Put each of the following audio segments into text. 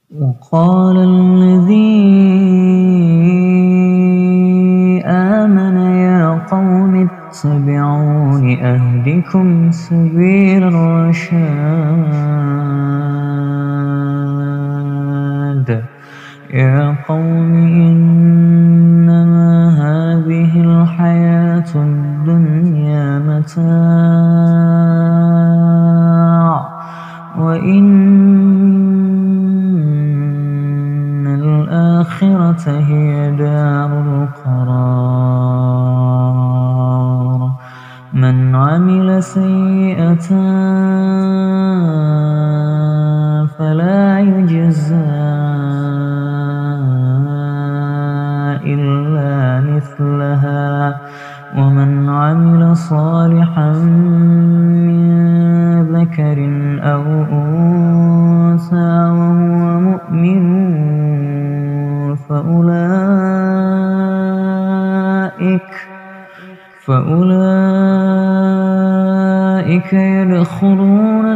وقال الذي آمن يا قوم اتبعون أهدكم سبيل الرشاد يا قوم إنما هذه الحياة الدنيا متاع وإن الآخرة هي دار القرار من عمل سيئة فلا يجزى إلا مثلها ومن عمل صالحا من ذكر أو أنثى وهو مؤمن فأولئك يدخلون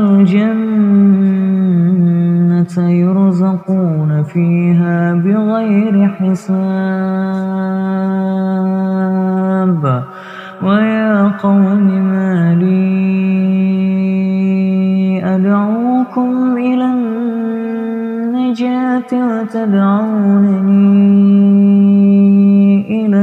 الجنة يرزقون فيها بغير حساب ويا قوم ما لي أدعوكم إلى النجاة وتدعونني إلى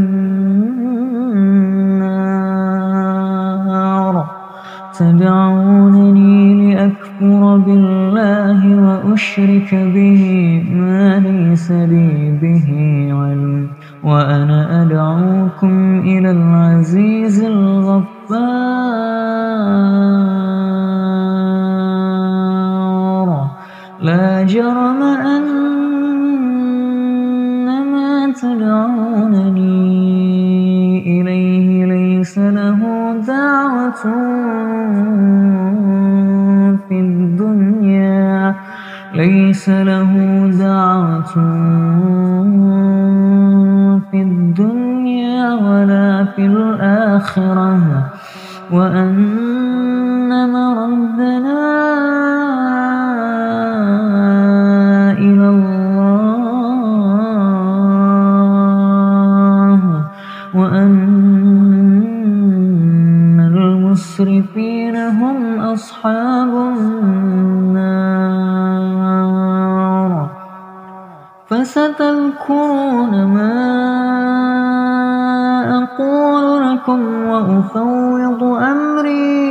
النار تدعونني لأكفر بالله وأشرك به ما ليس لي به علم وأنا أدعوكم إلى العزيز الغفار لا جرم أن ما تدعونني إليه ليس له دعوة في الدنيا ولا في الآخرة وأن مردنا إلى الله وأن المسرفين هم أصحاب النار فستذكرون ما أقول لكم وأفوض أمري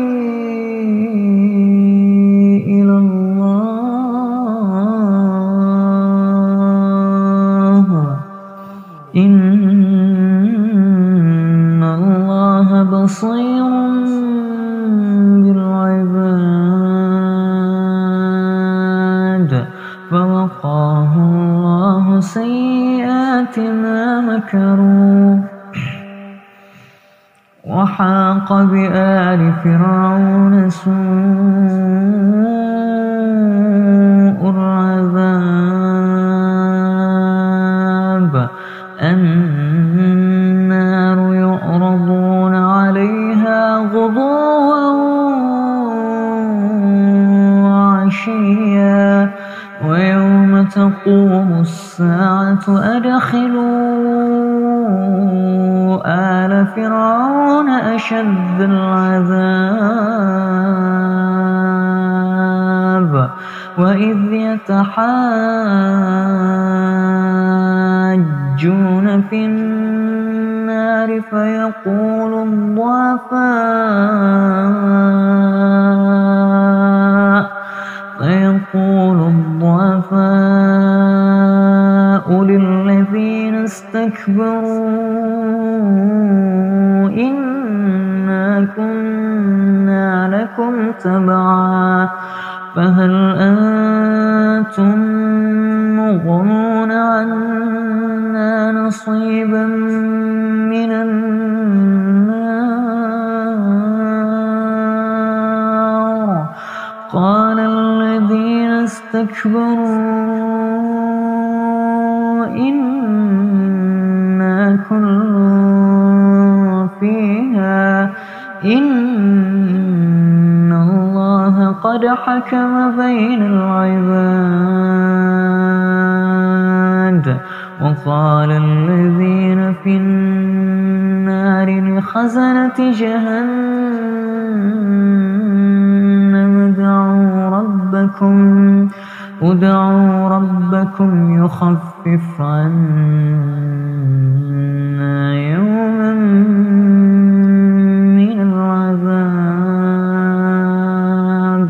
إلى الله إن الله بصير بالعباد فوقاه الله سيئات ما مكروا وحاق بآل فرعون سوء العذاب النار يعرضون عليها غدوا وعشيا ويوم تقوم الساعة أدخلوا آل فرعون أشد العذاب وإذ يتحاجون في النار فيقول الضعفاء للذين استكبروا إنا كنا لكم تبعا فهل أنتم مغنون عنا نصيبا من النار قال الذين استكبروا إنا كل فيها إن الله قد حكم بين العباد وقال الذين في النار لخزنة جهنم ادعوا ربكم يخفف عنا يوما من العذاب.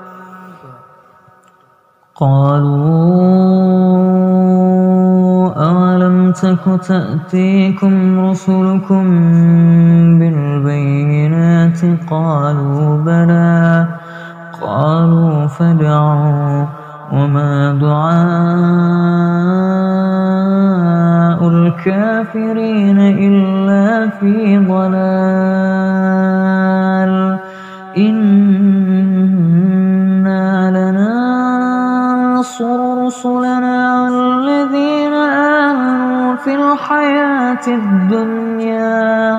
قالوا أولم تك تأتيكم رسلكم بالبينات؟ قالوا بلى. قالوا فادعوا. وما دعاء الكافرين إلا في ضلال. إنا لننصر رسلنا والذين آمنوا في الحياة الدنيا.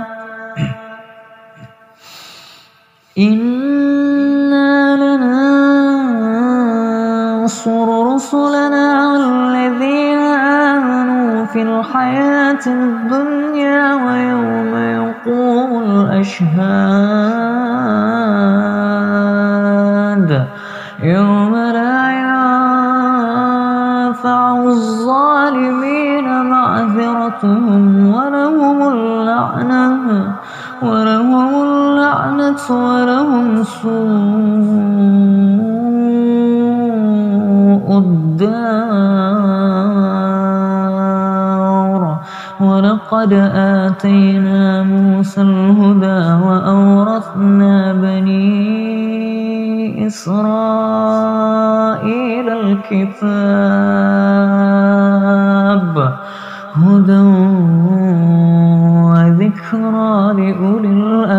ننصر رسلنا والذين آمنوا في الحياة الدنيا ويوم يقوم الأشهاد يوم لا ينفع الظالمين معذرتهم ولهم اللعنة ولهم سوء الدار. ولقد آتينا موسى الهدى وأورثنا بني إسرائيل الكتاب هدى وذكرى لأولي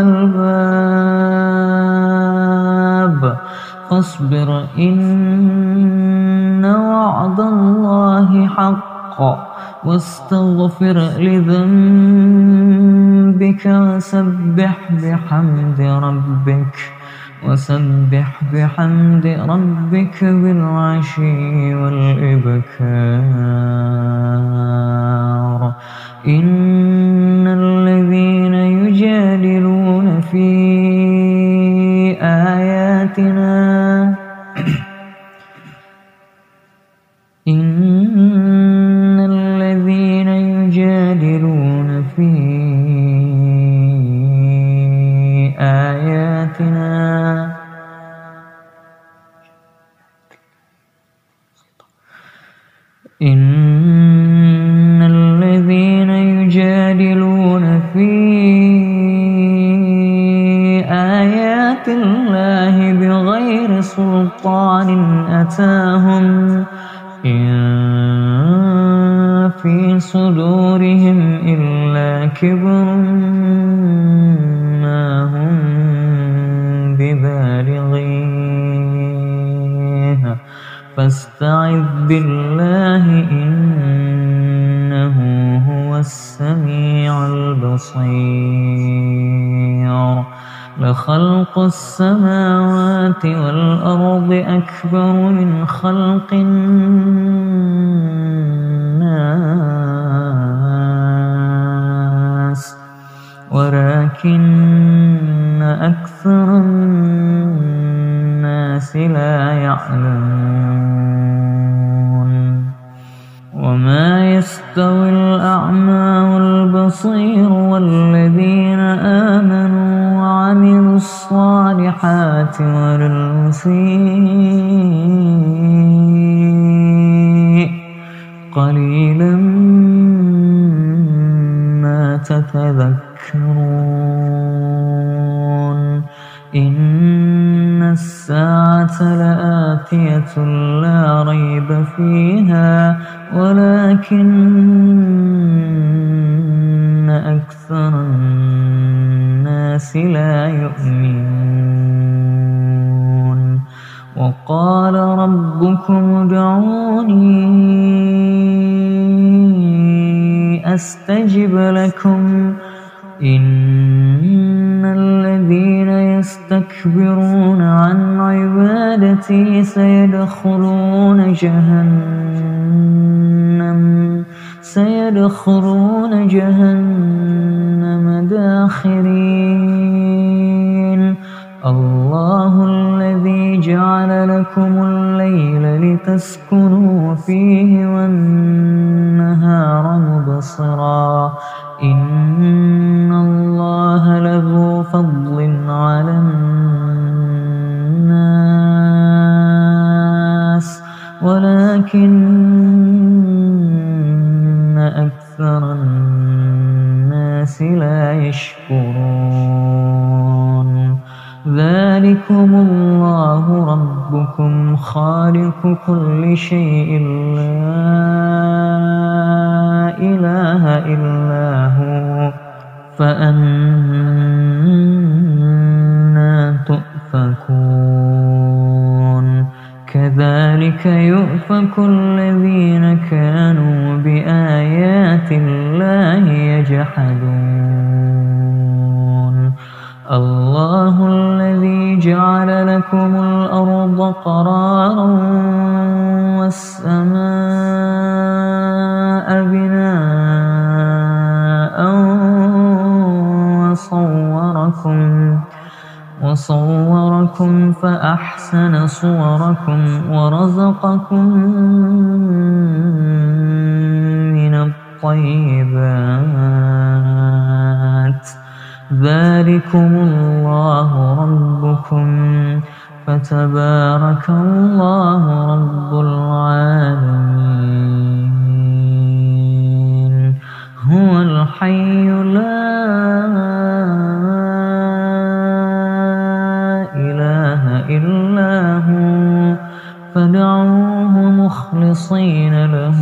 الألباب. فاصبر إن وعد الله حق واستغفر لذنبك وسبح بحمد ربك بالعشي والإبكار. إن الذين يجادلون في آياتنا إن الذين يجادلون في آيات الله بغير سلطان أتاهم إن في صدورهم إلا كبر ما هم ببالغيه فاستعذ بالله إنه هو السميع البصير. لخلق السماوات والأرض أكبر من خلق الناس ولكن أكثر الناس لا يعلمون. وما يستوي الأعمى والبصير والذين آمنوا وعملوا الصالحات ولا المسيء قليلا ما تتذكرون. إن الساعة لآتية لا ريب فيها ولكن أكثر الناس لا يؤمنون. وقال ربكم ادعوني أستجب لكم إن الذين يستكبرون عن عبادتي سيدخلون جهنم سيدخلون جهنم داخرين الله الذي جعل لكم الليل لتسكنوا فيه والنهار مبصرا إن الله لذو فضل على الناس ولكن أكثر الناس لا يشكرون ذلكم الله ربكم خالق كل شيء لا إله إلا هو فأنى تؤفكون كذلك يؤفك الذين كانوا بآيات الله يجحدون الله الذي جعل لكم الأرض قرارا والسماء بناء وصوركم فأحسن صوركم ورزقكم من الطيبات ذلكم الله ربكم فتبارك الله رب العالمين هو الحي لا إله إلا هو فادعوه مخلصين له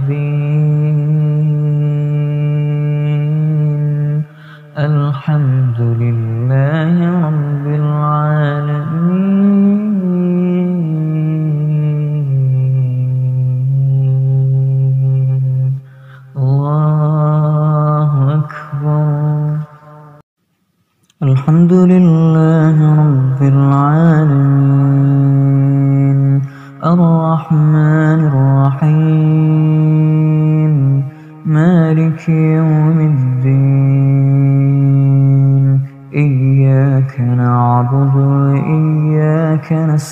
الدين الحمد لله رب العالمين الله أكبر الحمد لله رب العالمين الرحمن الرحيم مالك يوم الدين إياك نعبد وإياك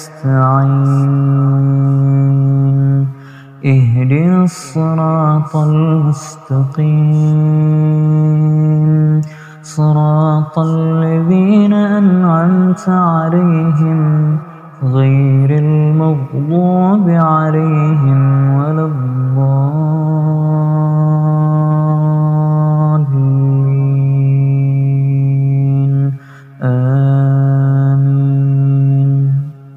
نستعين اهدنا الصراط المستقيم صراط الذين أنعمت عليهم غير المغضوب عليهم ولا الضالين آمين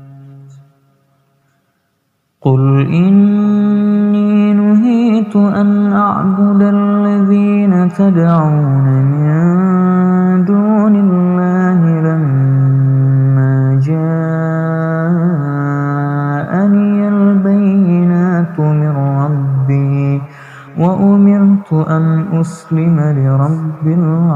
قل إني نهيت أن أعبد الذين تدعون من دون الله لما جاءني البينات من ربي وأمرت أن أسلم لرب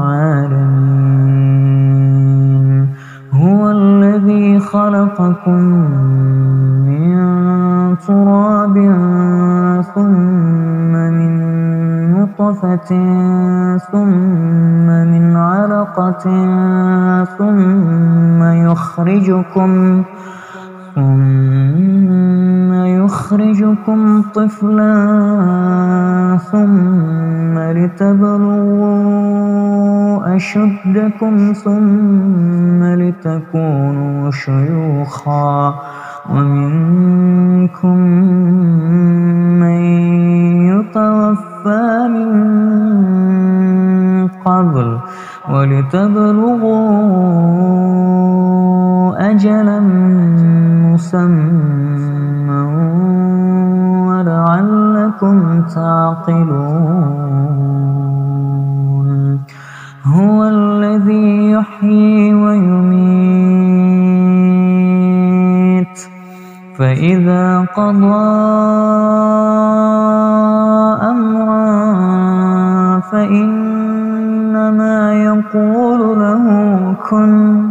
العالمين هو الذي خلقكم من تراب ثم من نطفة ثم من علقة ثم يخرجكم طفلا ثم لتبلغوا أشدكم ثم لتكونوا شيوخا ومنكم من يتوفى من قبل ولتبلغوا أجلا مسمى ولعلكم تعقلون هو الذي يحيي ويميت فإذا قضى أمرا فإنما يقول له كن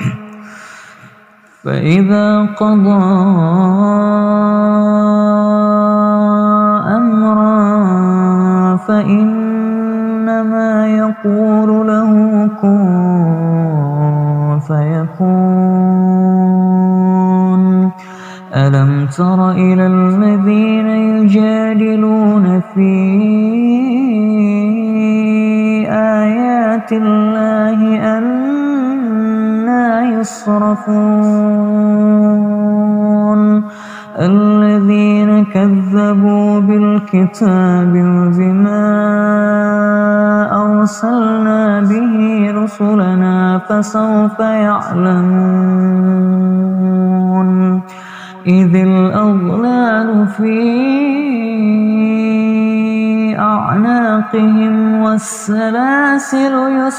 فإذا قضى أمرا تر إلى الذين يجادلون في آيات الله أنى يصرفون الذين كذبوا بالكتاب وبما أرسلنا به رسلنا فسوف يعلمون إذ الأغلال في أعناقهم والسلاسل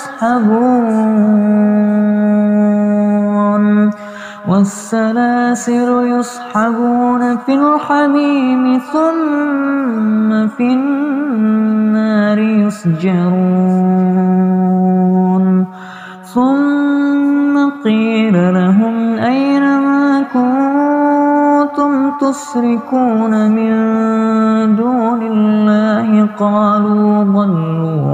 يسحبون في الحميم ثم في النار يسجرون ثم قيل لهم أين ما كنتم تشركون من دون الله قالوا ضلوا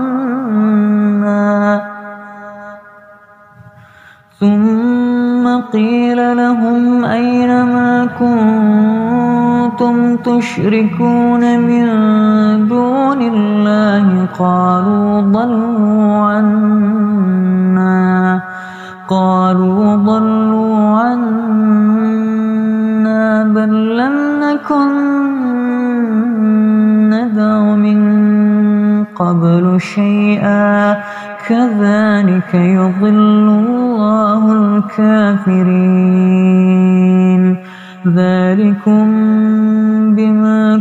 عنا ثم قيل لهم أين ما كنتم تشركون من دون الله قالوا ضلوا عنا بل لم نكن ندعو من قبل شيئا كذلك يضل الله الكافرين ذلكم بما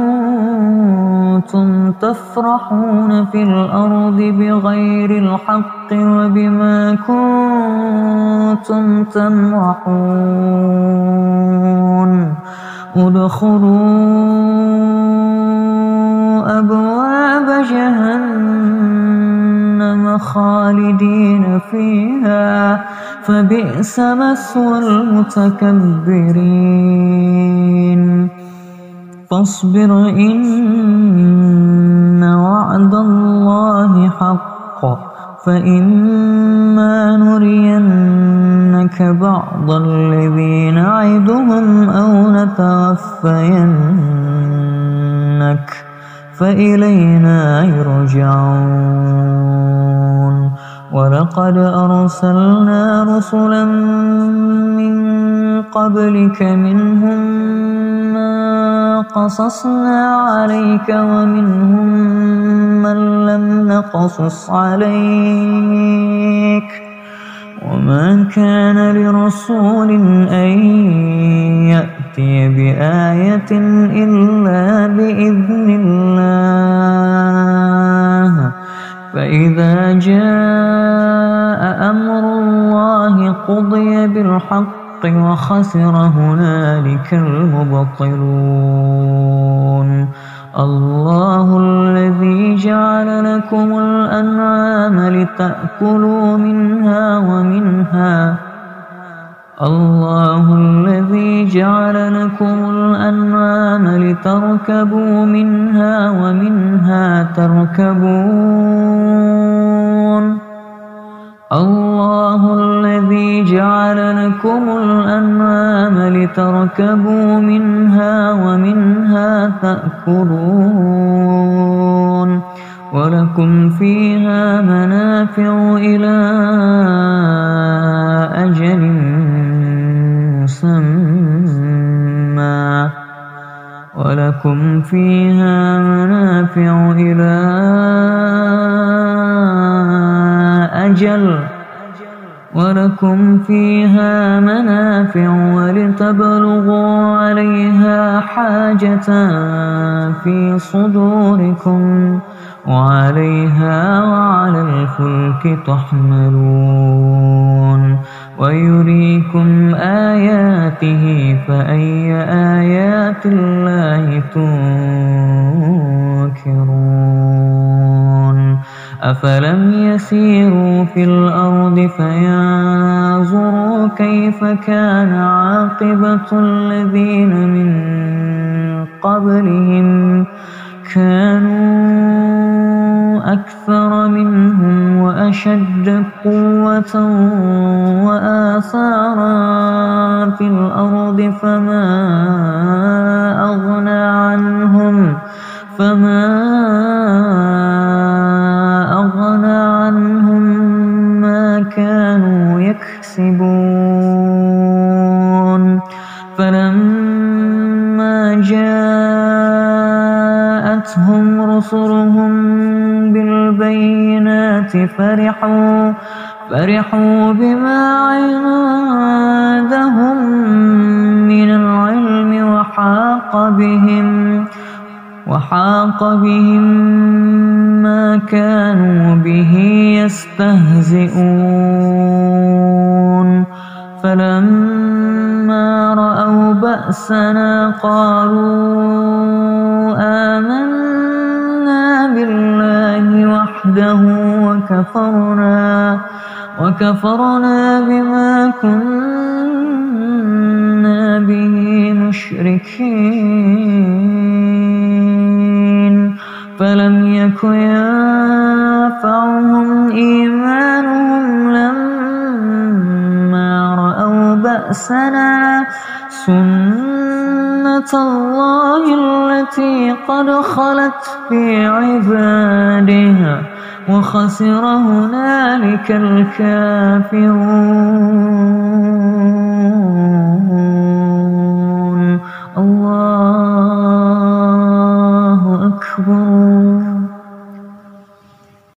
كنتم تفرحون في الأرض بغير الحق وبما كنتم تمرحون ادخلوا أبواب جهنم خالدين فيها فبئس مثوى المتكبرين فاصبر إن وعد الله حق فإما نرينك بعض الذي نعدهم أو نتوفينك فإلينا يرجعون ولقد أرسلنا رسلا من قبلك منهم من قصصنا عليك ومنهم من لم نقصص عليك وما كان لرسول أن يأتي بآية إلا بإذن الله فإذا جاء أمر الله قضي بالحق وخسر هنالك المبطلون الله الذي جعل لكم الأنعام لتأكلوا منها الله الذي جعل لكم الأنعام لتركبوا منها ومنها تركبون الله الذي جعل لكم الأنعام لتركبوا منها ومنها تأكلون ولكم فيها منافع إلى أجل مسمى ولكم فيها منافع إلى أجل ولكم فيها منافع ولتبلغوا عليها حاجة في صدوركم وعليها وعلى الفلك تحملون ويريكم آياته فأي آيات الله تنكرون أفلم يسيروا في الأرض فينظروا كيف كان عاقبة الذين من قبلهم كانوا أكثر منهم وأشد أشد قوة وآثارا في الأرض فما أغنى عنهم ما كانوا يكسبون فلما جاءتهم رسلهم بالبينات فرحوا بما عندهم من العلم وحاق بهم ما كانوا به يستهزئون فلما رأوا بأسنا قالوا آمنا بالله وحده وكفرنا بما كنا به مشركين فلم يك ينفعهم إيمانهم لما رأوا بأسنا سنة الله التي قد خلت في عبادها وخسر هنالك الكافرون.